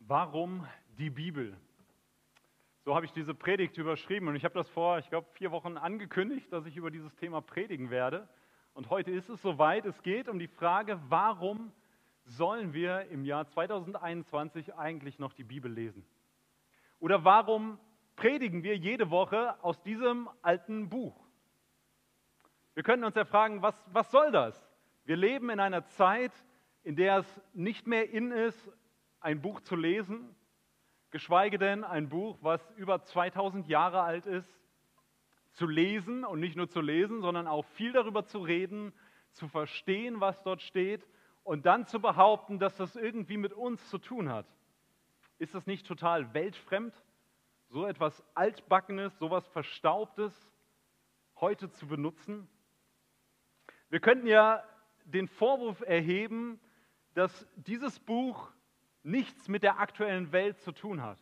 Warum die Bibel? So habe ich diese Predigt überschrieben und ich habe das vor, 4 Wochen angekündigt, dass ich über dieses Thema predigen werde. Und heute ist es soweit. Es geht um die Frage, warum sollen wir im Jahr 2021 eigentlich noch die Bibel lesen? Oder warum predigen wir jede Woche aus diesem alten Buch? Wir können uns ja fragen, was soll das? Wir leben in einer Zeit, in der es nicht mehr in ist, ein Buch zu lesen, geschweige denn ein Buch, was über 2000 Jahre alt ist, zu lesen und nicht nur zu lesen, sondern auch viel darüber zu reden, zu verstehen, was dort steht und dann zu behaupten, dass das irgendwie mit uns zu tun hat. Ist das nicht total weltfremd, so etwas Altbackenes, so etwas Verstaubtes heute zu benutzen? Wir könnten ja den Vorwurf erheben, dass dieses Buch nichts mit der aktuellen Welt zu tun hat.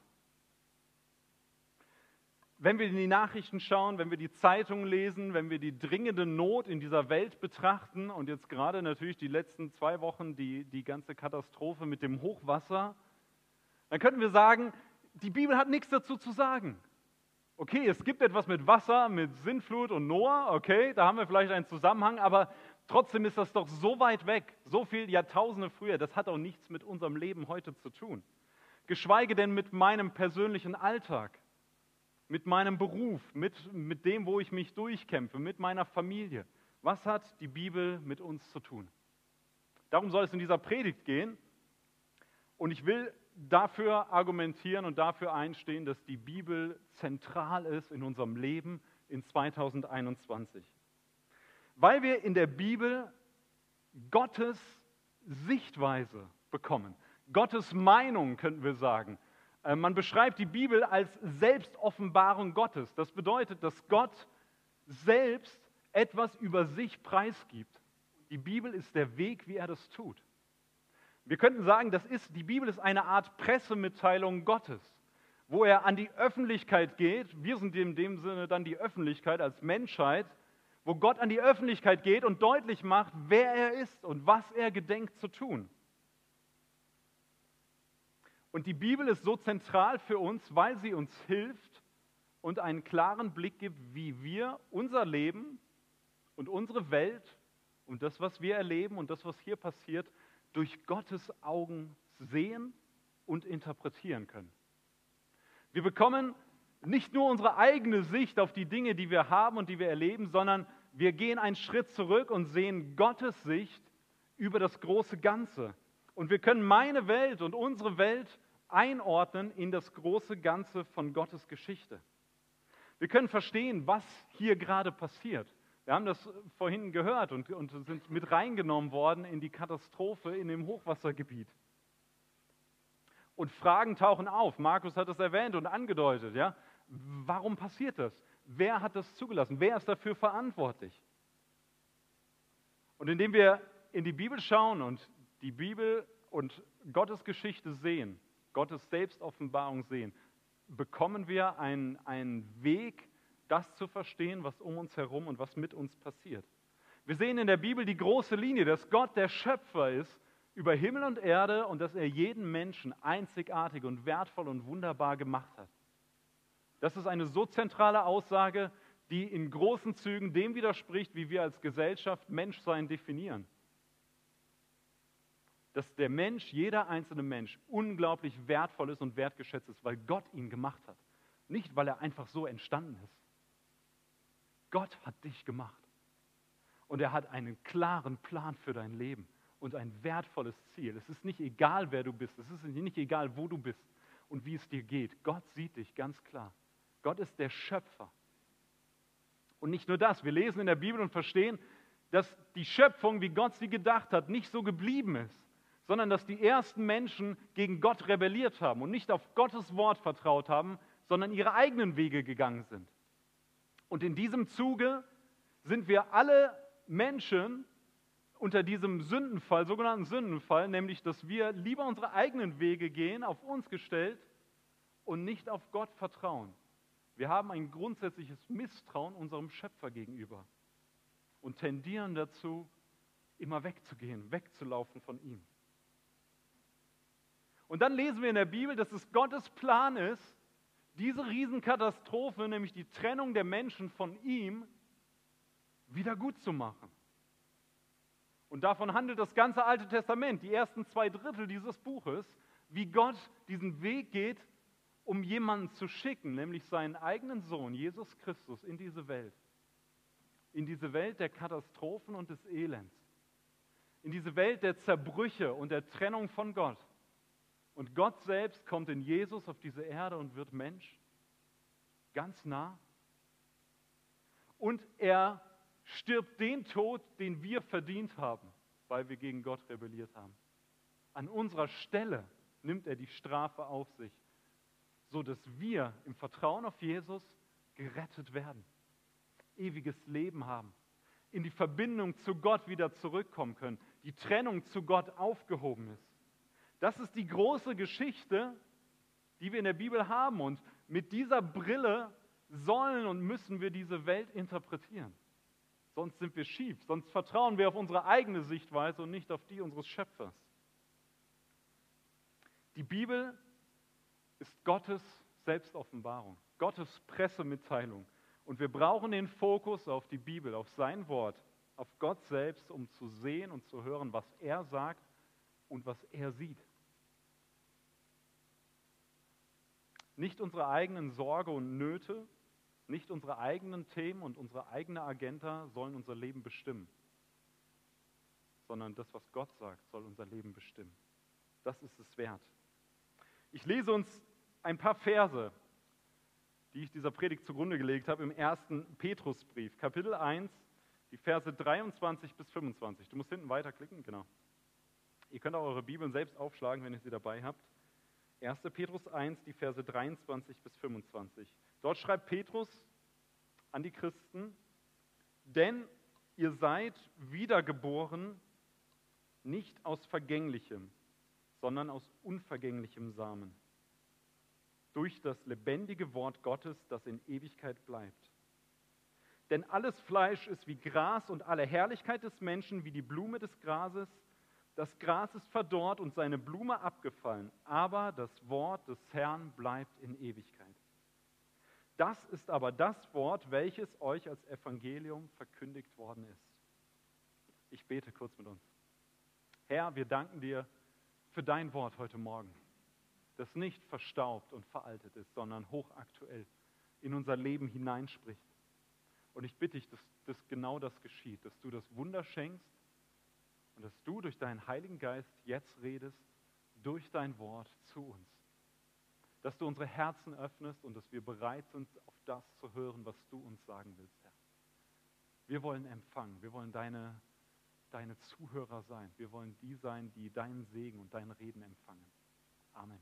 Wenn wir in die Nachrichten schauen, wenn wir die Zeitungen lesen, wenn wir die dringende Not in dieser Welt betrachten und jetzt gerade natürlich die letzten 2 Wochen die ganze Katastrophe mit dem Hochwasser, dann könnten wir sagen, die Bibel hat nichts dazu zu sagen. Okay, es gibt etwas mit Wasser, mit Sintflut und Noah, okay, da haben wir vielleicht einen Zusammenhang, aber trotzdem ist das doch so weit weg, so viele Jahrtausende früher, das hat auch nichts mit unserem Leben heute zu tun. Geschweige denn mit meinem persönlichen Alltag, mit meinem Beruf, mit dem, wo ich mich durchkämpfe, mit meiner Familie. Was hat die Bibel mit uns zu tun? Darum soll es in dieser Predigt gehen und ich will dafür argumentieren und dafür einstehen, dass die Bibel zentral ist in unserem Leben in 2021. Weil wir in der Bibel Gottes Sichtweise bekommen, Gottes Meinung, könnten wir sagen. Man beschreibt die Bibel als Selbstoffenbarung Gottes. Das bedeutet, dass Gott selbst etwas über sich preisgibt. Die Bibel ist der Weg, wie er das tut. Wir könnten sagen, die Bibel ist eine Art Pressemitteilung Gottes, wo er an die Öffentlichkeit geht. Wir sind in dem Sinne dann die Öffentlichkeit als Menschheit, wo Gott an die Öffentlichkeit geht und deutlich macht, wer er ist und was er gedenkt zu tun. Und die Bibel ist so zentral für uns, weil sie uns hilft und einen klaren Blick gibt, wie wir unser Leben und unsere Welt und das, was wir erleben und das, was hier passiert, durch Gottes Augen sehen und interpretieren können. Wir bekommen nicht nur unsere eigene Sicht auf die Dinge, die wir haben und die wir erleben, sondern wir gehen einen Schritt zurück und sehen Gottes Sicht über das große Ganze. Und wir können meine Welt und unsere Welt einordnen in das große Ganze von Gottes Geschichte. Wir können verstehen, was hier gerade passiert. Wir haben das vorhin gehört und sind mit reingenommen worden in die Katastrophe in dem Hochwassergebiet. Und Fragen tauchen auf. Markus hat es erwähnt und angedeutet. Ja? Warum passiert das? Wer hat das zugelassen? Wer ist dafür verantwortlich? Und indem wir in die Bibel schauen und die Bibel und Gottes Geschichte sehen, Gottes Selbstoffenbarung sehen, bekommen wir einen Weg, das zu verstehen, was um uns herum und was mit uns passiert. Wir sehen in der Bibel die große Linie, dass Gott der Schöpfer ist über Himmel und Erde und dass er jeden Menschen einzigartig und wertvoll und wunderbar gemacht hat. Das ist eine so zentrale Aussage, die in großen Zügen dem widerspricht, wie wir als Gesellschaft Menschsein definieren. Dass der Mensch, jeder einzelne Mensch, unglaublich wertvoll ist und wertgeschätzt ist, weil Gott ihn gemacht hat. Nicht, weil er einfach so entstanden ist. Gott hat dich gemacht. Und er hat einen klaren Plan für dein Leben und ein wertvolles Ziel. Es ist nicht egal, wer du bist. Es ist nicht egal, wo du bist und wie es dir geht. Gott sieht dich ganz klar. Gott ist der Schöpfer. Und nicht nur das, wir lesen in der Bibel und verstehen, dass die Schöpfung, wie Gott sie gedacht hat, nicht so geblieben ist, sondern dass die ersten Menschen gegen Gott rebelliert haben und nicht auf Gottes Wort vertraut haben, sondern ihre eigenen Wege gegangen sind. Und in diesem Zuge sind wir alle Menschen unter diesem Sündenfall, sogenannten Sündenfall, nämlich, dass wir lieber unsere eigenen Wege gehen, auf uns gestellt und nicht auf Gott vertrauen. Wir haben ein grundsätzliches Misstrauen unserem Schöpfer gegenüber und tendieren dazu, immer wegzugehen, wegzulaufen von ihm. Und dann lesen wir in der Bibel, dass es Gottes Plan ist, diese Riesenkatastrophe, nämlich die Trennung der Menschen von ihm, wieder gut zu machen. Und davon handelt das ganze Alte Testament, die ersten 2/3 dieses Buches, wie Gott diesen Weg geht, um jemanden zu schicken, nämlich seinen eigenen Sohn, Jesus Christus, in diese Welt. In diese Welt der Katastrophen und des Elends. In diese Welt der Zerbrüche und der Trennung von Gott. Und Gott selbst kommt in Jesus auf diese Erde und wird Mensch, ganz nah. Und er stirbt den Tod, den wir verdient haben, weil wir gegen Gott rebelliert haben. An unserer Stelle nimmt er die Strafe auf sich, sodass wir im Vertrauen auf Jesus gerettet werden, ewiges Leben haben, in die Verbindung zu Gott wieder zurückkommen können, die Trennung zu Gott aufgehoben ist. Das ist die große Geschichte, die wir in der Bibel haben. Und mit dieser Brille sollen und müssen wir diese Welt interpretieren. Sonst sind wir schief, sonst vertrauen wir auf unsere eigene Sichtweise und nicht auf die unseres Schöpfers. Die Bibel ist Gottes Selbstoffenbarung, Gottes Pressemitteilung. Und wir brauchen den Fokus auf die Bibel, auf sein Wort, auf Gott selbst, um zu sehen und zu hören, was er sagt und was er sieht. Nicht unsere eigenen Sorge und Nöte, nicht unsere eigenen Themen und unsere eigene Agenda sollen unser Leben bestimmen, sondern das, was Gott sagt, soll unser Leben bestimmen. Das ist es wert. Ich lese uns ein paar Verse, die ich dieser Predigt zugrunde gelegt habe, im 1. Petrusbrief, Kapitel 1, die Verse 23 bis 25. Du musst hinten weiterklicken, genau. Ihr könnt auch eure Bibeln selbst aufschlagen, wenn ihr sie dabei habt. 1. Petrus 1, die Verse 23 bis 25. Dort schreibt Petrus an die Christen, denn ihr seid wiedergeboren, nicht aus vergänglichem, sondern aus unvergänglichem Samen, durch das lebendige Wort Gottes, das in Ewigkeit bleibt. Denn alles Fleisch ist wie Gras und alle Herrlichkeit des Menschen wie die Blume des Grases. Das Gras ist verdorrt und seine Blume abgefallen, aber das Wort des Herrn bleibt in Ewigkeit. Das ist aber das Wort, welches euch als Evangelium verkündigt worden ist. Ich bete kurz mit uns. Herr, wir danken dir für dein Wort heute Morgen, das nicht verstaubt und veraltet ist, sondern hochaktuell in unser Leben hineinspricht. Und ich bitte dich, dass genau das geschieht, dass du das Wunder schenkst und dass du durch deinen Heiligen Geist jetzt redest, durch dein Wort zu uns. Dass du unsere Herzen öffnest und dass wir bereit sind, auf das zu hören, was du uns sagen willst, Herr. Wir wollen empfangen, wir wollen deine Zuhörer sein. Wir wollen die sein, die deinen Segen und dein Reden empfangen. Amen.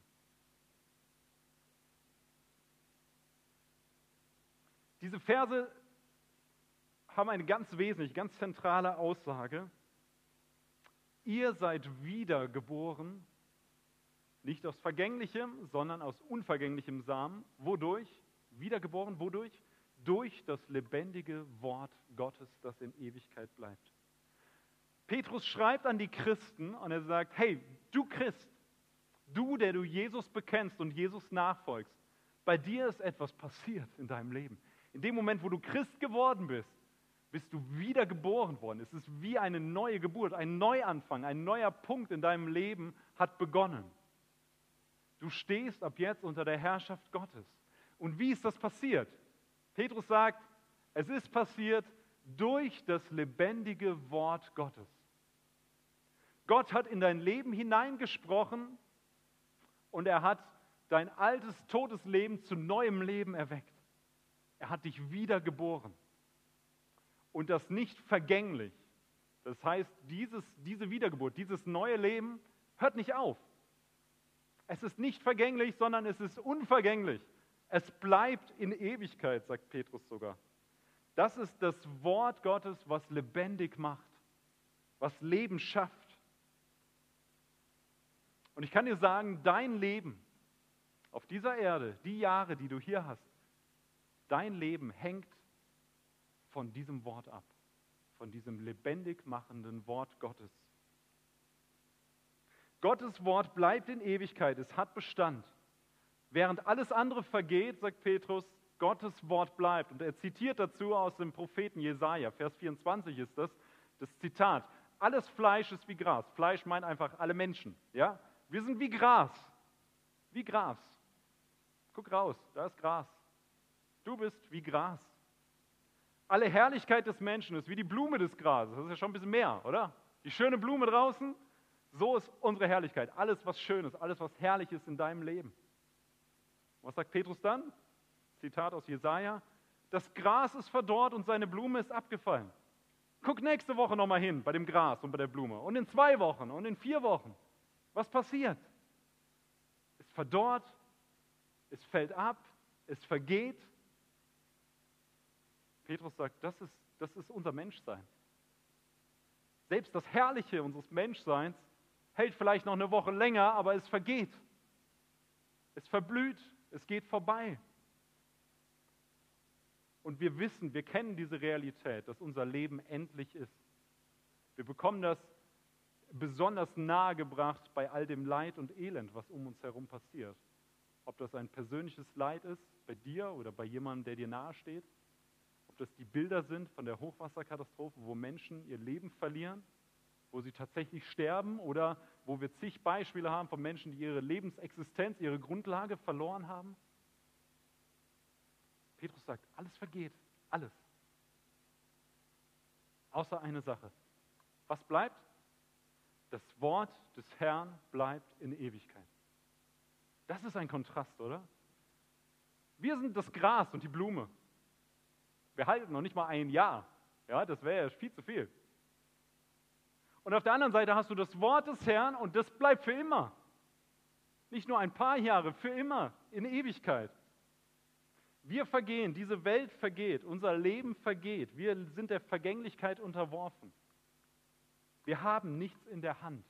Diese Verse haben eine ganz wesentliche, ganz zentrale Aussage. Ihr seid wiedergeboren, nicht aus vergänglichem, sondern aus unvergänglichem Samen. Wodurch? Wiedergeboren, wodurch? Durch das lebendige Wort Gottes, das in Ewigkeit bleibt. Petrus schreibt an die Christen und er sagt, hey, du Christ, du, der du Jesus bekennst und Jesus nachfolgst, bei dir ist etwas passiert in deinem Leben. In dem Moment, wo du Christ geworden bist, bist du wiedergeboren worden. Es ist wie eine neue Geburt, ein Neuanfang, ein neuer Punkt in deinem Leben hat begonnen. Du stehst ab jetzt unter der Herrschaft Gottes. Und wie ist das passiert? Petrus sagt, es ist passiert durch das lebendige Wort Gottes. Gott hat in dein Leben hineingesprochen und er hat dein altes, totes Leben zu neuem Leben erweckt. Er hat dich wiedergeboren. Und das nicht vergänglich. Das heißt, diese Wiedergeburt, dieses neue Leben hört nicht auf. Es ist nicht vergänglich, sondern es ist unvergänglich. Es bleibt in Ewigkeit, sagt Petrus sogar. Das ist das Wort Gottes, was lebendig macht, was Leben schafft. Und ich kann dir sagen, dein Leben auf dieser Erde, die Jahre, die du hier hast, dein Leben hängt von diesem Wort ab, von diesem lebendig machenden Wort Gottes. Gottes Wort bleibt in Ewigkeit, es hat Bestand. Während alles andere vergeht, sagt Petrus, Gottes Wort bleibt. Und er zitiert dazu aus dem Propheten Jesaja, Vers 24 ist das Zitat. Alles Fleisch ist wie Gras. Fleisch meint einfach alle Menschen. Ja? Wir sind wie Gras. Wie Gras. Guck raus, da ist Gras. Du bist wie Gras. Alle Herrlichkeit des Menschen ist wie die Blume des Grases. Das ist ja schon ein bisschen mehr, oder? Die schöne Blume draußen, so ist unsere Herrlichkeit. Alles, was schön ist, alles, was herrlich ist in deinem Leben. Was sagt Petrus dann? Zitat aus Jesaja. Das Gras ist verdorrt und seine Blume ist abgefallen. Guck nächste Woche nochmal hin bei dem Gras und bei der Blume. Und in 2 Wochen und in 4 Wochen. Was passiert? Es verdorrt, es fällt ab, es vergeht. Petrus sagt, das ist unser Menschsein. Selbst das Herrliche unseres Menschseins hält vielleicht noch eine Woche länger, aber es vergeht. Es verblüht, es geht vorbei. Und wir wissen, wir kennen diese Realität, dass unser Leben endlich ist. Wir bekommen das besonders nahegebracht bei all dem Leid und Elend, was um uns herum passiert. Ob das ein persönliches Leid ist, bei dir oder bei jemandem, der dir nahe steht. Ob das die Bilder sind von der Hochwasserkatastrophe, wo Menschen ihr Leben verlieren, wo sie tatsächlich sterben oder wo wir zig Beispiele haben von Menschen, die ihre Lebensexistenz, ihre Grundlage verloren haben. Petrus sagt, alles vergeht, alles. Außer eine Sache. Was bleibt? Das Wort des Herrn bleibt in Ewigkeit. Das ist ein Kontrast, oder? Wir sind das Gras und die Blume. Wir halten noch nicht mal ein Jahr. Ja, das wäre ja viel zu viel. Und auf der anderen Seite hast du das Wort des Herrn und das bleibt für immer. Nicht nur ein paar Jahre, für immer, in Ewigkeit. Wir vergehen, diese Welt vergeht, unser Leben vergeht. Wir sind der Vergänglichkeit unterworfen. Wir haben nichts in der Hand.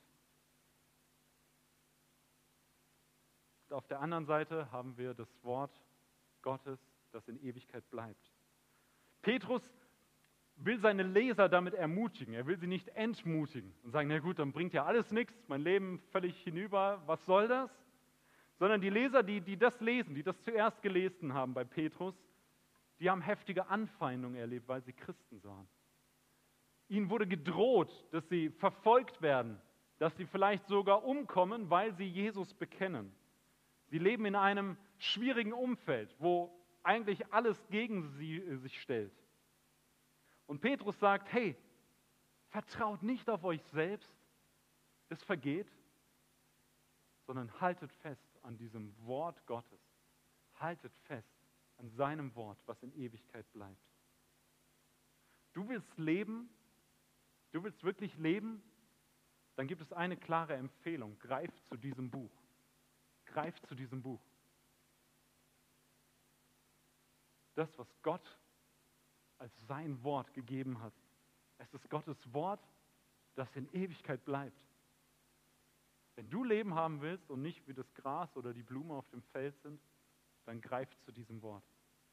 Und auf der anderen Seite haben wir das Wort Gottes, das in Ewigkeit bleibt. Petrus will seine Leser damit ermutigen. Er will sie nicht entmutigen und sagen, na gut, dann bringt ja alles nichts, mein Leben völlig hinüber, was soll das? Sondern die Leser, die das lesen, die das zuerst gelesen haben bei Petrus, die haben heftige Anfeindungen erlebt, weil sie Christen waren. Ihnen wurde gedroht, dass sie verfolgt werden, dass sie vielleicht sogar umkommen, weil sie Jesus bekennen. Sie leben in einem schwierigen Umfeld, wo eigentlich alles gegen sie sich stellt. Und Petrus sagt, hey, vertraut nicht auf euch selbst, es vergeht, sondern haltet fest an diesem Wort Gottes. Haltet fest an seinem Wort, was in Ewigkeit bleibt. Du willst leben, du willst wirklich leben, dann gibt es eine klare Empfehlung. Greif zu diesem Buch. Greif zu diesem Buch. Das, was Gott als sein Wort gegeben hat. Es ist Gottes Wort, das in Ewigkeit bleibt. Wenn du Leben haben willst und nicht wie das Gras oder die Blume auf dem Feld sind, dann greif zu diesem Wort.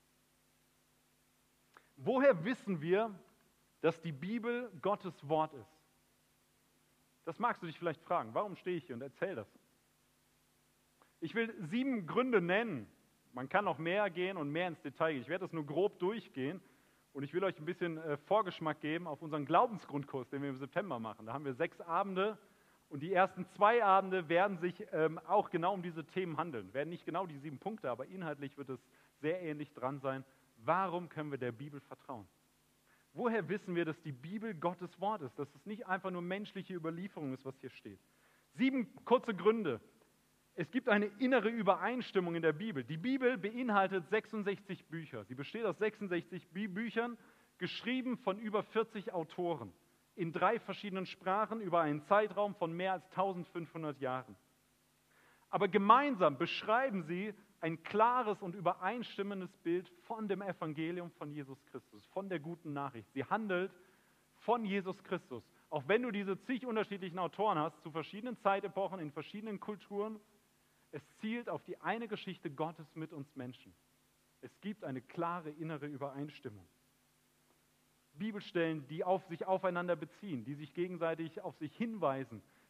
Woher wissen wir, dass die Bibel Gottes Wort ist? Das magst du dich vielleicht fragen. Warum stehe ich hier und erzähle das? Ich will 7 Gründe nennen. Man kann noch mehr gehen und mehr ins Detail gehen. Ich werde das nur grob durchgehen und ich will euch ein bisschen Vorgeschmack geben auf unseren Glaubensgrundkurs, den wir im September machen. Da haben wir 6 Abende und die ersten 2 Abende werden sich auch genau um diese Themen handeln. Werden nicht genau die 7 Punkte, aber inhaltlich wird es sehr ähnlich dran sein. Warum können wir der Bibel vertrauen? Woher wissen wir, dass die Bibel Gottes Wort ist, dass es nicht einfach nur menschliche Überlieferung ist, was hier steht? 7 kurze Gründe. Es gibt eine innere Übereinstimmung in der Bibel. Die Bibel beinhaltet 66 Bücher. Sie besteht aus 66 Büchern, geschrieben von über 40 Autoren, in 3 verschiedenen Sprachen über einen Zeitraum von mehr als 1500 Jahren. Aber gemeinsam beschreiben sie ein klares und übereinstimmendes Bild von dem Evangelium von Jesus Christus, von der guten Nachricht. Sie handelt von Jesus Christus. Auch wenn du diese zig unterschiedlichen Autoren hast, zu verschiedenen Zeitepochen, in verschiedenen Kulturen, es zielt auf die eine Geschichte Gottes mit uns Menschen. Es gibt eine klare innere Übereinstimmung. Bibelstellen, die sich aufeinander beziehen, die sich gegenseitig auf sich hinweisen,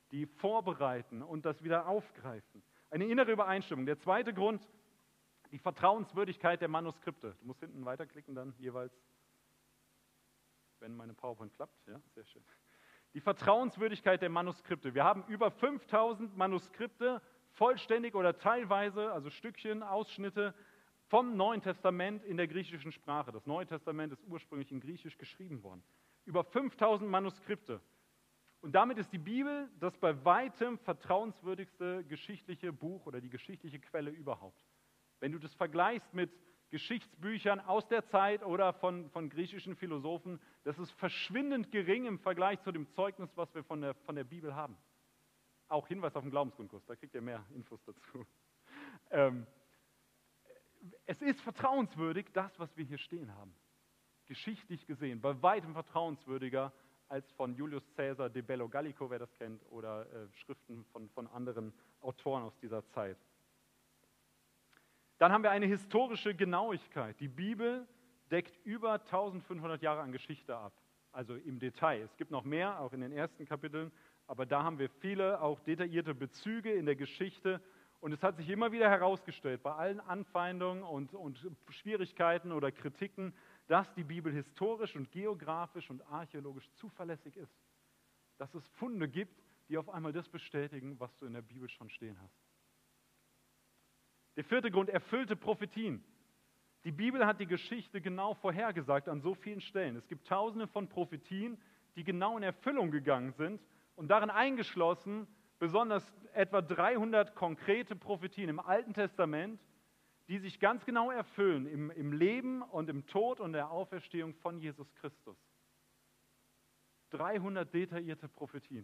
die vorbereiten und das wieder aufgreifen. Eine innere Übereinstimmung. Der zweite Grund, die Vertrauenswürdigkeit der Manuskripte. Du musst hinten weiterklicken dann jeweils, wenn meine PowerPoint klappt. Ja, sehr schön. Die Vertrauenswürdigkeit der Manuskripte. Wir haben über 5000 Manuskripte, vollständig oder teilweise, also Stückchen, Ausschnitte vom Neuen Testament in der griechischen Sprache. Das Neue Testament ist ursprünglich in Griechisch geschrieben worden. Über 5000 Manuskripte. Und damit ist die Bibel das bei weitem vertrauenswürdigste geschichtliche Buch oder die geschichtliche Quelle überhaupt. Wenn du das vergleichst mit Geschichtsbüchern aus der Zeit oder von griechischen Philosophen, das ist verschwindend gering im Vergleich zu dem Zeugnis, was wir von der Bibel haben. Auch Hinweis auf den Glaubensgrundkurs, da kriegt ihr mehr Infos dazu. Es ist vertrauenswürdig, das, was wir hier stehen haben. Geschichtlich gesehen, bei weitem vertrauenswürdiger als von Julius Caesar, De Bello Gallico, wer das kennt, oder Schriften von anderen Autoren aus dieser Zeit. Dann haben wir eine historische Genauigkeit. Die Bibel deckt über 1500 Jahre an Geschichte ab, also im Detail. Es gibt noch mehr, auch in den ersten Kapiteln, aber da haben wir viele, auch detaillierte Bezüge in der Geschichte. Und es hat sich immer wieder herausgestellt, bei allen Anfeindungen und Schwierigkeiten oder Kritiken, dass die Bibel historisch und geografisch und archäologisch zuverlässig ist. Dass es Funde gibt, die auf einmal das bestätigen, was du in der Bibel schon stehen hast. Der vierte Grund, erfüllte Prophetien. Die Bibel hat die Geschichte genau vorhergesagt an so vielen Stellen. Es gibt tausende von Prophetien, die genau in Erfüllung gegangen sind und darin eingeschlossen besonders etwa 300 konkrete Prophetien im Alten Testament, die sich ganz genau erfüllen im Leben und im Tod und der Auferstehung von Jesus Christus. 300 detaillierte Prophetien.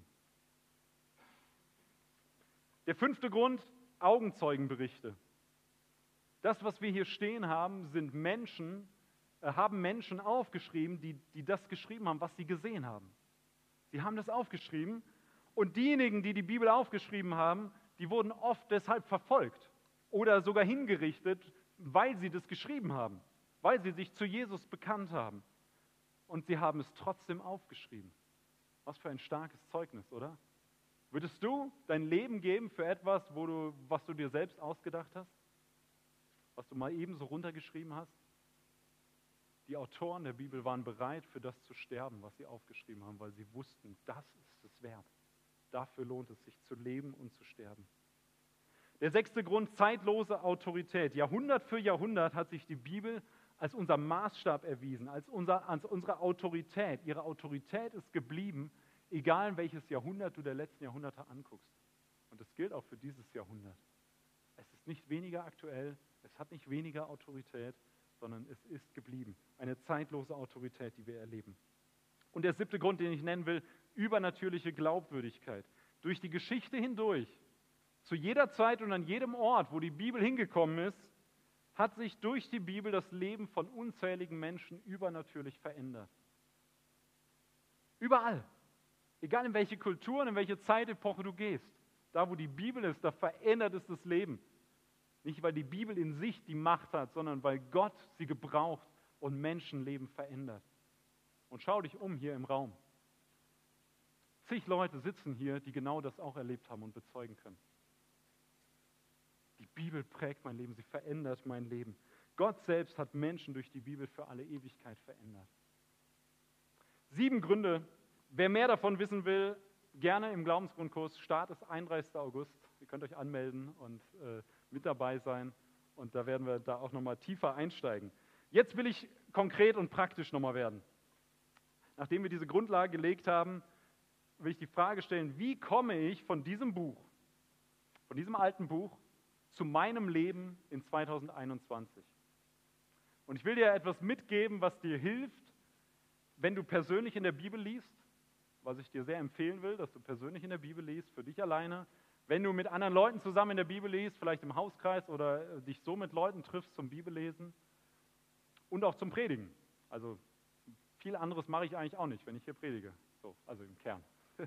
Der fünfte Grund, Augenzeugenberichte. Das, was wir hier stehen haben, haben Menschen aufgeschrieben, die das geschrieben haben, was sie gesehen haben. Sie haben das aufgeschrieben und diejenigen, die die Bibel aufgeschrieben haben, die wurden oft deshalb verfolgt oder sogar hingerichtet, weil sie das geschrieben haben, weil sie sich zu Jesus bekannt haben. Und sie haben es trotzdem aufgeschrieben. Was für ein starkes Zeugnis, oder? Würdest du dein Leben geben für etwas, was du dir selbst ausgedacht hast? Was du mal eben so runtergeschrieben hast? Die Autoren der Bibel waren bereit, für das zu sterben, was sie aufgeschrieben haben, weil sie wussten, das ist es wert. Dafür lohnt es sich zu leben und zu sterben. Der sechste Grund, zeitlose Autorität. Jahrhundert für Jahrhundert hat sich die Bibel als unser Maßstab erwiesen, als unsere Autorität. Ihre Autorität ist geblieben, egal welches Jahrhundert du der letzten Jahrhunderte anguckst. Und das gilt auch für dieses Jahrhundert. Es ist nicht weniger aktuell, es hat nicht weniger Autorität, sondern es ist geblieben. Eine zeitlose Autorität, die wir erleben. Und der siebte Grund, den ich nennen will, übernatürliche Glaubwürdigkeit. Durch die Geschichte hindurch, zu jeder Zeit und an jedem Ort, wo die Bibel hingekommen ist, hat sich durch die Bibel das Leben von unzähligen Menschen übernatürlich verändert. Überall. Egal in welche Kultur und in welche Zeitepoche du gehst. Da, wo die Bibel ist, da verändert es das Leben. Nicht, weil die Bibel in sich die Macht hat, sondern weil Gott sie gebraucht und Menschenleben verändert. Und schau dich um hier im Raum. Zig Leute sitzen hier, die genau das auch erlebt haben und bezeugen können. Die Bibel prägt mein Leben, sie verändert mein Leben. Gott selbst hat Menschen durch die Bibel für alle Ewigkeit verändert. 7 Gründe. Wer mehr davon wissen will, gerne im Glaubensgrundkurs. Start ist 31. August. Ihr könnt euch anmelden und mit dabei sein. Und da werden wir da auch nochmal tiefer einsteigen. Jetzt will ich konkret und praktisch nochmal werden. Nachdem wir diese Grundlage gelegt haben, will ich die Frage stellen, wie komme ich von diesem Buch, von diesem alten Buch, zu meinem Leben in 2021? Und ich will dir etwas mitgeben, was dir hilft, wenn du persönlich in der Bibel liest, was ich dir sehr empfehlen will, dass du persönlich in der Bibel liest, für dich alleine. Wenn du mit anderen Leuten zusammen in der Bibel liest, vielleicht im Hauskreis oder dich so mit Leuten triffst zum Bibellesen und auch zum Predigen. Also viel anderes mache ich eigentlich auch nicht, wenn ich hier predige, so, also im Kern.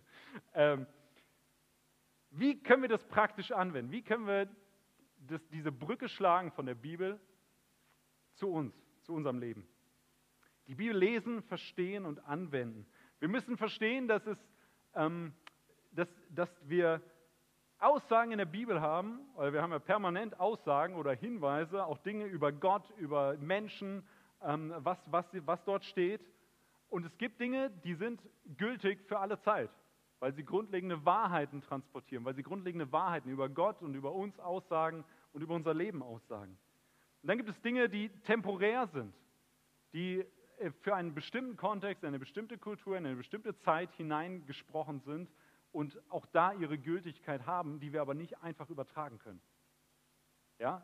Wie können wir das praktisch anwenden? Wie können wir diese Brücke schlagen von der Bibel zu uns, zu unserem Leben? Die Bibel lesen, verstehen und anwenden. Wir müssen verstehen, dass dass wir Aussagen in der Bibel haben, weil wir haben ja permanent Aussagen oder Hinweise, auch Dinge über Gott, über Menschen, was dort steht. Und es gibt Dinge, die sind gültig für alle Zeit, weil sie grundlegende Wahrheiten transportieren, weil sie grundlegende Wahrheiten über Gott und über uns aussagen und über unser Leben aussagen. Und dann gibt es Dinge, die temporär sind, die für einen bestimmten Kontext, eine bestimmte Kultur, in eine bestimmte Zeit hineingesprochen sind und auch da ihre Gültigkeit haben, die wir aber nicht einfach übertragen können. Ja,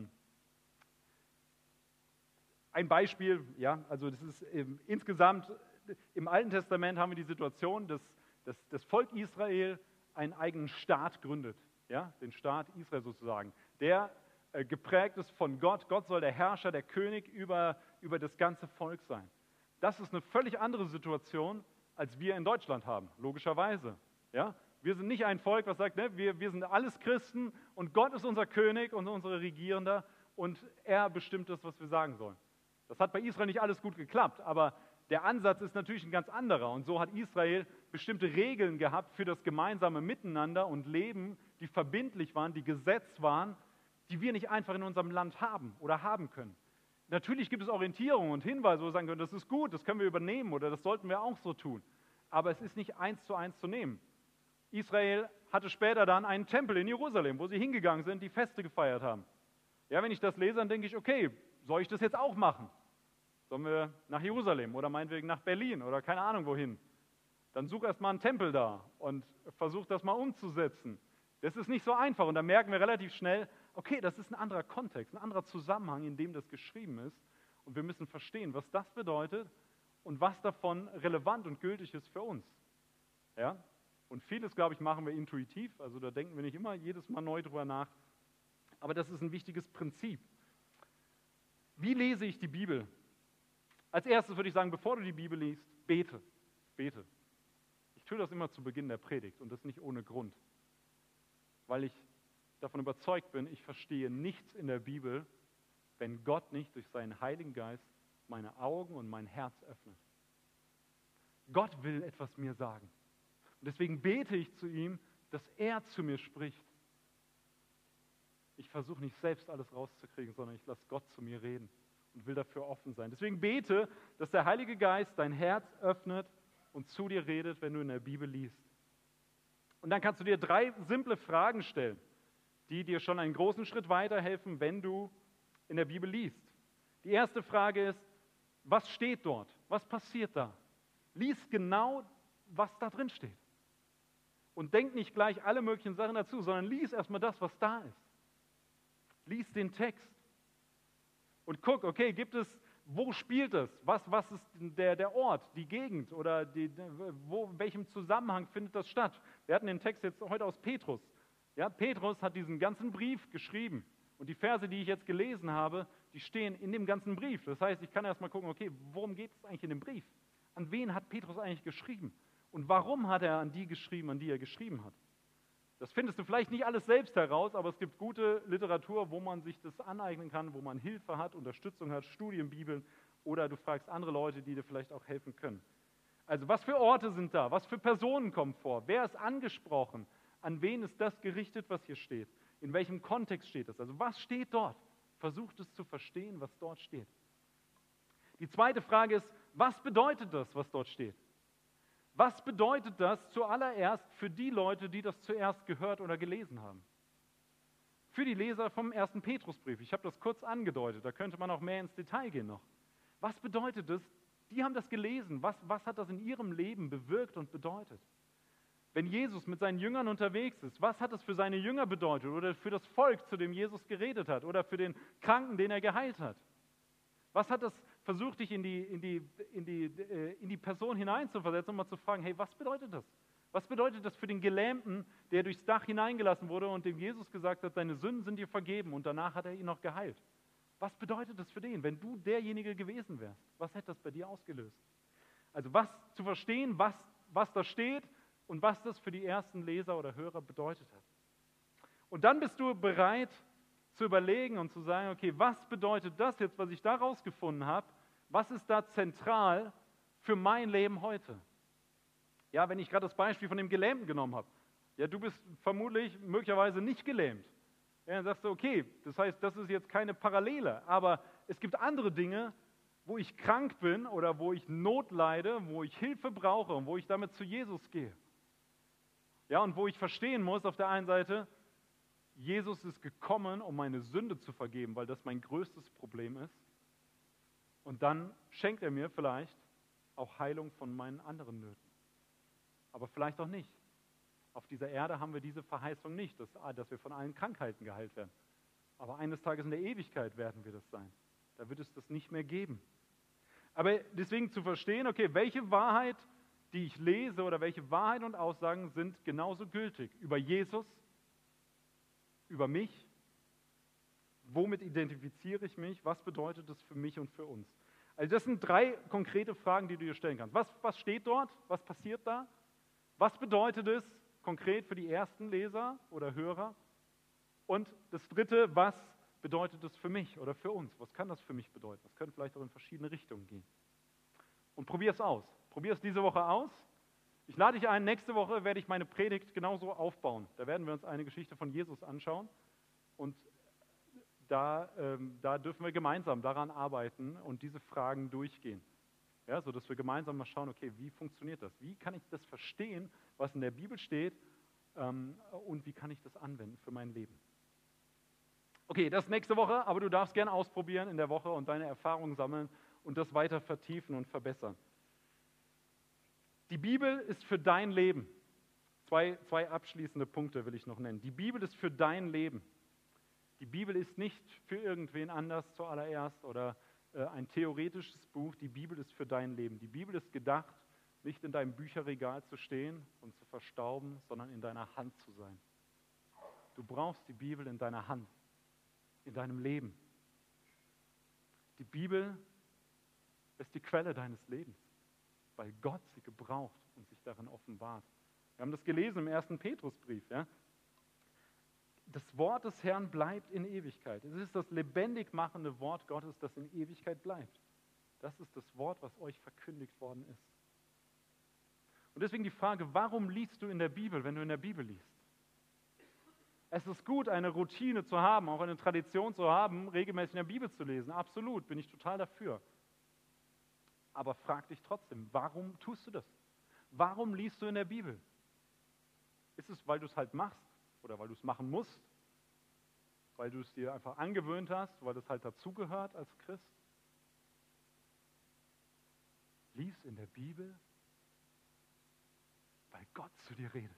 ein Beispiel, ja, also das ist insgesamt, im Alten Testament haben wir die Situation, dass das Volk Israel einen eigenen Staat gründet, ja, den Staat Israel sozusagen, der geprägt ist von Gott. Gott soll der Herrscher, der König über das ganze Volk sein. Das ist eine völlig andere Situation, als wir in Deutschland haben, logischerweise. Ja? Wir sind nicht ein Volk, was sagt, ne, wir sind alles Christen und Gott ist unser König und unsere Regierender und er bestimmt das, was wir sagen sollen. Das hat bei Israel nicht alles gut geklappt, aber der Ansatz ist natürlich ein ganz anderer. Und so hat Israel bestimmte Regeln gehabt für das gemeinsame Miteinander und Leben, die verbindlich waren, die Gesetz waren, die wir nicht einfach in unserem Land haben oder haben können. Natürlich gibt es Orientierungen und Hinweise, wo wir sagen können, das ist gut, das können wir übernehmen oder das sollten wir auch so tun. Aber es ist nicht 1:1 zu nehmen. Israel hatte später dann einen Tempel in Jerusalem, wo sie hingegangen sind, die Feste gefeiert haben. Ja, wenn ich das lese, dann denke ich, okay, soll ich das jetzt auch machen? Sollen wir nach Jerusalem oder meinetwegen nach Berlin oder keine Ahnung wohin? Dann such erst mal einen Tempel da und versuch das mal umzusetzen. Das ist nicht so einfach und da merken wir relativ schnell, okay, das ist ein anderer Kontext, ein anderer Zusammenhang, in dem das geschrieben ist. Und wir müssen verstehen, was das bedeutet und was davon relevant und gültig ist für uns. Ja? Und vieles, glaube ich, machen wir intuitiv, also da denken wir nicht immer jedes Mal neu drüber nach. Aber das ist ein wichtiges Prinzip. Wie lese ich die Bibel? Als erstes würde ich sagen, bevor du die Bibel liest, bete. Bete. Ich tue das immer zu Beginn der Predigt und das nicht ohne Grund. Weil ich davon überzeugt bin, ich verstehe nichts in der Bibel, wenn Gott nicht durch seinen Heiligen Geist meine Augen und mein Herz öffnet. Gott will etwas mir sagen. Und deswegen bete ich zu ihm, dass er zu mir spricht. Ich versuche nicht selbst alles rauszukriegen, sondern ich lasse Gott zu mir reden und will dafür offen sein. Deswegen bete, dass der Heilige Geist dein Herz öffnet und zu dir redet, wenn du in der Bibel liest. Und dann kannst du dir 3 simple Fragen stellen, die dir schon einen großen Schritt weiterhelfen, wenn du in der Bibel liest. Die erste Frage ist, was steht dort? Was passiert da? Lies genau, was da drin steht. Und denk nicht gleich alle möglichen Sachen dazu, sondern lies erstmal das, was da ist. Lies den Text. Und guck, okay, wo spielt es? Was ist der Ort, die Gegend oder in welchem Zusammenhang findet das statt? Wir hatten den Text jetzt heute aus Petrus. Ja, Petrus hat diesen ganzen Brief geschrieben. Und die Verse, die ich jetzt gelesen habe, die stehen in dem ganzen Brief. Das heißt, ich kann erst mal gucken, okay, worum geht es eigentlich in dem Brief? An wen hat Petrus eigentlich geschrieben? Und warum hat er an die geschrieben, an die er geschrieben hat? Das findest du vielleicht nicht alles selbst heraus, aber es gibt gute Literatur, wo man sich das aneignen kann, wo man Hilfe hat, Unterstützung hat, Studienbibeln oder du fragst andere Leute, die dir vielleicht auch helfen können. Also was für Orte sind da? Was für Personen kommen vor? Wer ist angesprochen? An wen ist das gerichtet, was hier steht? In welchem Kontext steht es? Also was steht dort? Versucht es zu verstehen, was dort steht. Die zweite Frage ist, was bedeutet das, was dort steht? Was bedeutet das zuallererst für die Leute, die das zuerst gehört oder gelesen haben? Für die Leser vom 1. Petrusbrief. Ich habe das kurz angedeutet, da könnte man auch mehr ins Detail gehen noch. Was bedeutet das? Die haben das gelesen. Was hat das in ihrem Leben bewirkt und bedeutet? Wenn Jesus mit seinen Jüngern unterwegs ist, was hat das für seine Jünger bedeutet oder für das Volk, zu dem Jesus geredet hat oder für den Kranken, den er geheilt hat? Was hat das versucht, dich in die Person hineinzuversetzen und mal zu fragen, hey, was bedeutet das? Was bedeutet das für den Gelähmten, der durchs Dach hineingelassen wurde und dem Jesus gesagt hat, deine Sünden sind dir vergeben und danach hat er ihn noch geheilt? Was bedeutet das für den, wenn du derjenige gewesen wärst? Was hätte das bei dir ausgelöst? Also was zu verstehen, was da steht und was das für die ersten Leser oder Hörer bedeutet hat. Und dann bist du bereit zu überlegen und zu sagen, okay, was bedeutet das jetzt, was ich da rausgefunden habe? Was ist da zentral für mein Leben heute? Ja, wenn ich gerade das Beispiel von dem Gelähmten genommen habe. Ja, du bist vermutlich möglicherweise nicht gelähmt. Ja, dann sagst du, okay, das heißt, das ist jetzt keine Parallele, aber es gibt andere Dinge, wo ich krank bin oder wo ich Not leide, wo ich Hilfe brauche und wo ich damit zu Jesus gehe. Ja, und wo ich verstehen muss, auf der einen Seite, Jesus ist gekommen, um meine Sünde zu vergeben, weil das mein größtes Problem ist. Und dann schenkt er mir vielleicht auch Heilung von meinen anderen Nöten. Aber vielleicht auch nicht. Auf dieser Erde haben wir diese Verheißung nicht, dass wir von allen Krankheiten geheilt werden. Aber eines Tages in der Ewigkeit werden wir das sein. Da wird es das nicht mehr geben. Aber deswegen zu verstehen, okay, welche Wahrheit, die ich lese oder welche Wahrheit und Aussagen sind genauso gültig über Jesus, über mich, womit identifiziere ich mich, was bedeutet das für mich und für uns. Also das sind 3 konkrete Fragen, die du dir stellen kannst. Was steht dort? Was passiert da? Was bedeutet es konkret für die ersten Leser oder Hörer? Und das 3, was bedeutet es für mich oder für uns? Was kann das für mich bedeuten? Das könnte vielleicht auch in verschiedene Richtungen gehen. Und probier es aus. Probier es diese Woche aus. Ich lade dich ein, nächste Woche werde ich meine Predigt genauso aufbauen. Da werden wir uns eine Geschichte von Jesus anschauen und da dürfen wir gemeinsam daran arbeiten und diese Fragen durchgehen. Ja, sodass wir gemeinsam mal schauen, okay, wie funktioniert das? Wie kann ich das verstehen, was in der Bibel steht und wie kann ich das anwenden für mein Leben? Okay, das nächste Woche, aber du darfst gerne ausprobieren in der Woche und deine Erfahrungen sammeln und das weiter vertiefen und verbessern. Die Bibel ist für dein Leben. Zwei abschließende Punkte will ich noch nennen. Die Bibel ist für dein Leben. Die Bibel ist nicht für irgendwen anders zuallererst oder ein theoretisches Buch. Die Bibel ist für dein Leben. Die Bibel ist gedacht, nicht in deinem Bücherregal zu stehen und zu verstauben, sondern in deiner Hand zu sein. Du brauchst die Bibel in deiner Hand, in deinem Leben. Die Bibel ist die Quelle deines Lebens, weil Gott sie gebraucht und sich darin offenbart. Wir haben das gelesen im 1. Petrusbrief. Ja? Das Wort des Herrn bleibt in Ewigkeit. Es ist das lebendig machende Wort Gottes, das in Ewigkeit bleibt. Das ist das Wort, was euch verkündigt worden ist. Und deswegen die Frage, warum liest du in der Bibel, wenn du in der Bibel liest? Es ist gut, eine Routine zu haben, auch eine Tradition zu haben, regelmäßig in der Bibel zu lesen. Absolut, bin ich total dafür. Aber frag dich trotzdem, warum tust du das? Warum liest du in der Bibel? Ist es, weil du es halt machst oder weil du es machen musst? Weil du es dir einfach angewöhnt hast, weil es halt dazugehört als Christ? Lies in der Bibel, weil Gott zu dir redet.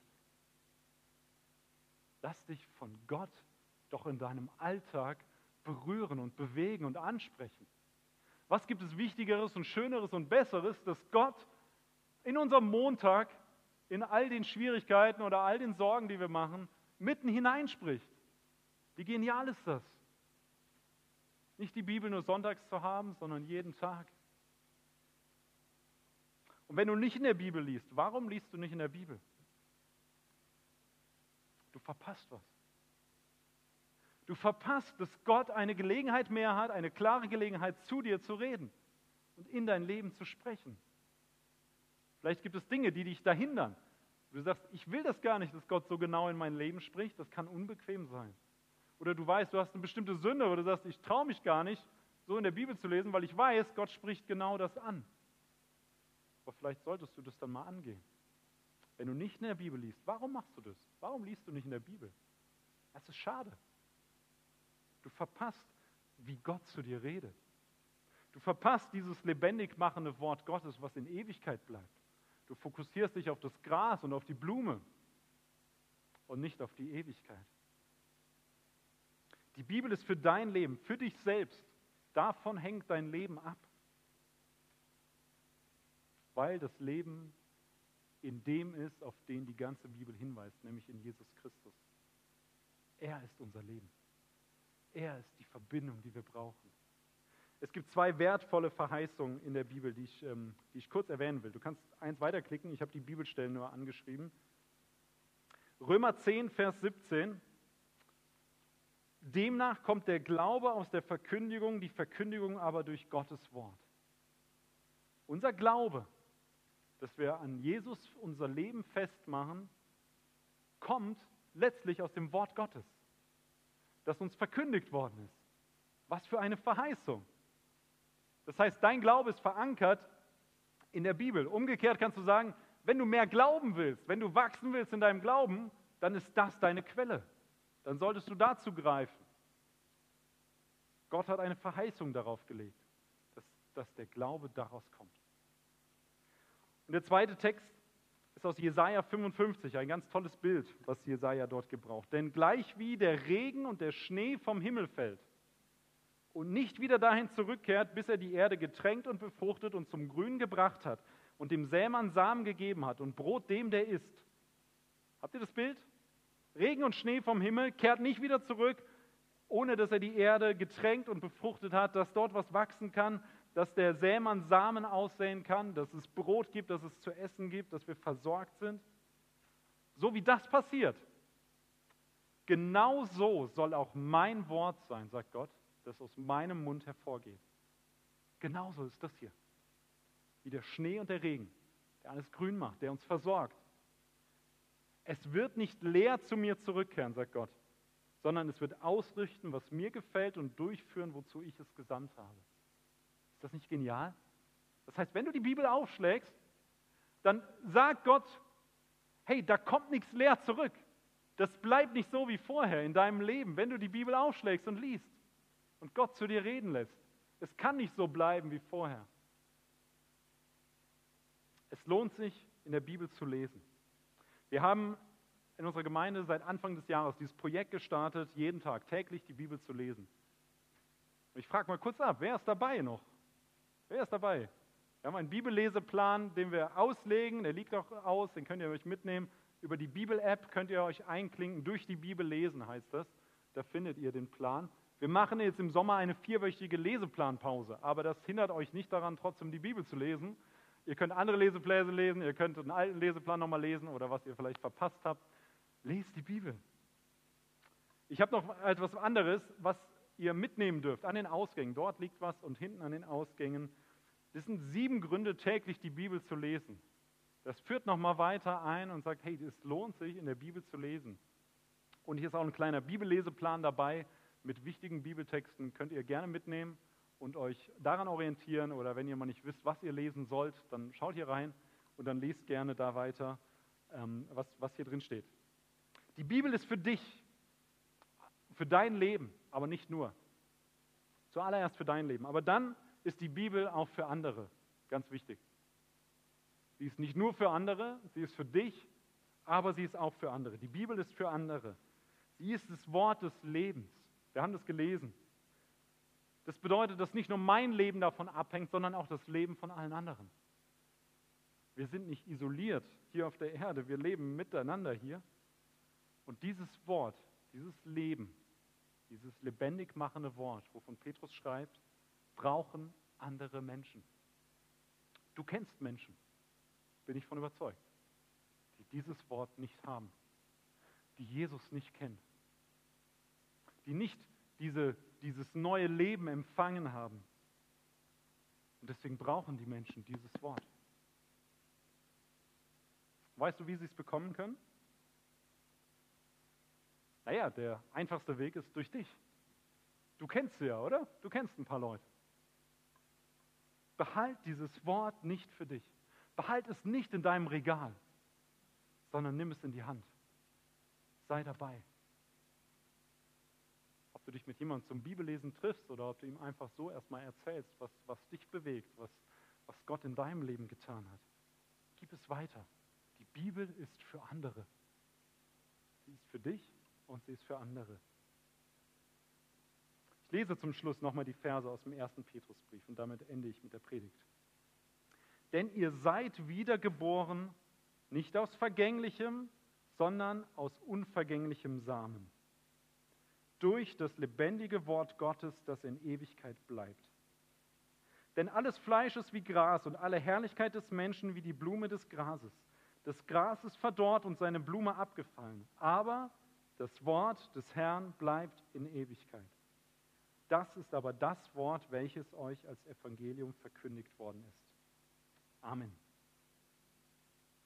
Lass dich von Gott doch in deinem Alltag berühren und bewegen und ansprechen. Was gibt es Wichtigeres und Schöneres und Besseres, dass Gott in unserem Montag, in all den Schwierigkeiten oder all den Sorgen, die wir machen, mitten hineinspricht? Wie genial ist das? Nicht die Bibel nur sonntags zu haben, sondern jeden Tag. Und wenn du nicht in der Bibel liest, warum liest du nicht in der Bibel? Du verpasst was. Du verpasst, dass Gott eine Gelegenheit mehr hat, eine klare Gelegenheit, zu dir zu reden und in dein Leben zu sprechen. Vielleicht gibt es Dinge, die dich da hindern. Du sagst, ich will das gar nicht, dass Gott so genau in mein Leben spricht. Das kann unbequem sein. Oder du weißt, du hast eine bestimmte Sünde, oder du sagst, ich traue mich gar nicht, so in der Bibel zu lesen, weil ich weiß, Gott spricht genau das an. Aber vielleicht solltest du das dann mal angehen. Wenn du nicht in der Bibel liest, warum machst du das? Warum liest du nicht in der Bibel? Das ist schade. Du verpasst, wie Gott zu dir redet. Du verpasst dieses lebendig machende Wort Gottes, was in Ewigkeit bleibt. Du fokussierst dich auf das Gras und auf die Blume und nicht auf die Ewigkeit. Die Bibel ist für dein Leben, für dich selbst. Davon hängt dein Leben ab. Weil das Leben in dem ist, auf den die ganze Bibel hinweist, nämlich in Jesus Christus. Er ist unser Leben. Er ist die Verbindung, die wir brauchen. Es gibt 2 wertvolle Verheißungen in der Bibel, die ich kurz erwähnen will. Du kannst eins weiterklicken, ich habe die Bibelstellen nur angeschrieben. Römer 10, Vers 17. Demnach kommt der Glaube aus der Verkündigung, die Verkündigung aber durch Gottes Wort. Unser Glaube, dass wir an Jesus unser Leben festmachen, kommt letztlich aus dem Wort Gottes, das uns verkündigt worden ist. Was für eine Verheißung. Das heißt, dein Glaube ist verankert in der Bibel. Umgekehrt kannst du sagen, wenn du mehr glauben willst, wenn du wachsen willst in deinem Glauben, dann ist das deine Quelle. Dann solltest du dazu greifen. Gott hat eine Verheißung darauf gelegt, dass der Glaube daraus kommt. Und der zweite Text ist aus Jesaja 55, ein ganz tolles Bild, was Jesaja dort gebraucht. Denn gleich wie der Regen und der Schnee vom Himmel fällt und nicht wieder dahin zurückkehrt, bis er die Erde getränkt und befruchtet und zum Grün gebracht hat und dem Sämann Samen gegeben hat und Brot dem, der isst. Habt ihr das Bild? Regen und Schnee vom Himmel kehrt nicht wieder zurück, ohne dass er die Erde getränkt und befruchtet hat, dass dort was wachsen kann, dass der Sämann Samen aussäen kann, dass es Brot gibt, dass es zu essen gibt, dass wir versorgt sind. So wie das passiert, genau so soll auch mein Wort sein, sagt Gott, das aus meinem Mund hervorgeht. Genauso ist das hier. Wie der Schnee und der Regen, der alles grün macht, der uns versorgt. Es wird nicht leer zu mir zurückkehren, sagt Gott, sondern es wird ausrichten, was mir gefällt und durchführen, wozu ich es gesandt habe. Ist das nicht genial? Das heißt, wenn du die Bibel aufschlägst, dann sagt Gott, hey, da kommt nichts leer zurück. Das bleibt nicht so wie vorher in deinem Leben, wenn du die Bibel aufschlägst und liest und Gott zu dir reden lässt. Es kann nicht so bleiben wie vorher. Es lohnt sich, in der Bibel zu lesen. Wir haben in unserer Gemeinde seit Anfang des Jahres dieses Projekt gestartet, jeden Tag täglich die Bibel zu lesen. Und ich frage mal kurz ab, wer ist dabei noch? Wer ist dabei? Wir haben einen Bibelleseplan, den wir auslegen, der liegt auch aus, den könnt ihr euch mitnehmen. Über die Bibel-App könnt ihr euch einklinken, durch die Bibel lesen heißt das. Da findet ihr den Plan. Wir machen jetzt im Sommer eine 4-wöchige Leseplanpause, aber das hindert euch nicht daran, trotzdem die Bibel zu lesen. Ihr könnt andere Lesepläne lesen, ihr könnt einen alten Leseplan nochmal lesen oder was ihr vielleicht verpasst habt. Lest die Bibel. Ich habe noch etwas anderes, was ihr mitnehmen dürft an den Ausgängen. Dort liegt was und hinten an den Ausgängen. Das sind 7 Gründe, täglich die Bibel zu lesen. Das führt nochmal weiter ein und sagt, hey, es lohnt sich, in der Bibel zu lesen. Und hier ist auch ein kleiner Bibelleseplan dabei mit wichtigen Bibeltexten. Könnt ihr gerne mitnehmen und euch daran orientieren. Oder wenn ihr mal nicht wisst, was ihr lesen sollt, dann schaut hier rein und dann lest gerne da weiter, was hier drin steht. Die Bibel ist für dich, für dein Leben, aber nicht nur. Zuallererst für dein Leben. Aber dann ist die Bibel auch für andere. Ganz wichtig. Sie ist nicht nur für andere, sie ist für dich, aber sie ist auch für andere. Die Bibel ist für andere. Sie ist das Wort des Lebens. Wir haben das gelesen. Das bedeutet, dass nicht nur mein Leben davon abhängt, sondern auch das Leben von allen anderen. Wir sind nicht isoliert hier auf der Erde, wir leben miteinander hier. Und dieses Wort, dieses Leben, dieses lebendig machende Wort, wovon Petrus schreibt, brauchen andere Menschen. Du kennst Menschen, bin ich von überzeugt, die dieses Wort nicht haben, die Jesus nicht kennen, die nicht dieses neue Leben empfangen haben. Und deswegen brauchen die Menschen dieses Wort. Weißt du, wie sie es bekommen können? Naja, der einfachste Weg ist durch dich. Du kennst sie ja, oder? Du kennst ein paar Leute. Behalt dieses Wort nicht für dich. Behalt es nicht in deinem Regal, sondern nimm es in die Hand. Sei dabei. Ob du dich mit jemandem zum Bibellesen triffst oder ob du ihm einfach so erstmal erzählst, was dich bewegt, was Gott in deinem Leben getan hat. Gib es weiter. Die Bibel ist für andere. Sie ist für dich und sie ist für andere. Ich lese zum Schluss nochmal die Verse aus dem 1. Petrusbrief und damit ende ich mit der Predigt. Denn ihr seid wiedergeboren, nicht aus vergänglichem, sondern aus unvergänglichem Samen. Durch das lebendige Wort Gottes, das in Ewigkeit bleibt. Denn alles Fleisch ist wie Gras und alle Herrlichkeit des Menschen wie die Blume des Grases. Das Gras ist verdorrt und seine Blume abgefallen, aber das Wort des Herrn bleibt in Ewigkeit. Das ist aber das Wort, welches euch als Evangelium verkündigt worden ist. Amen.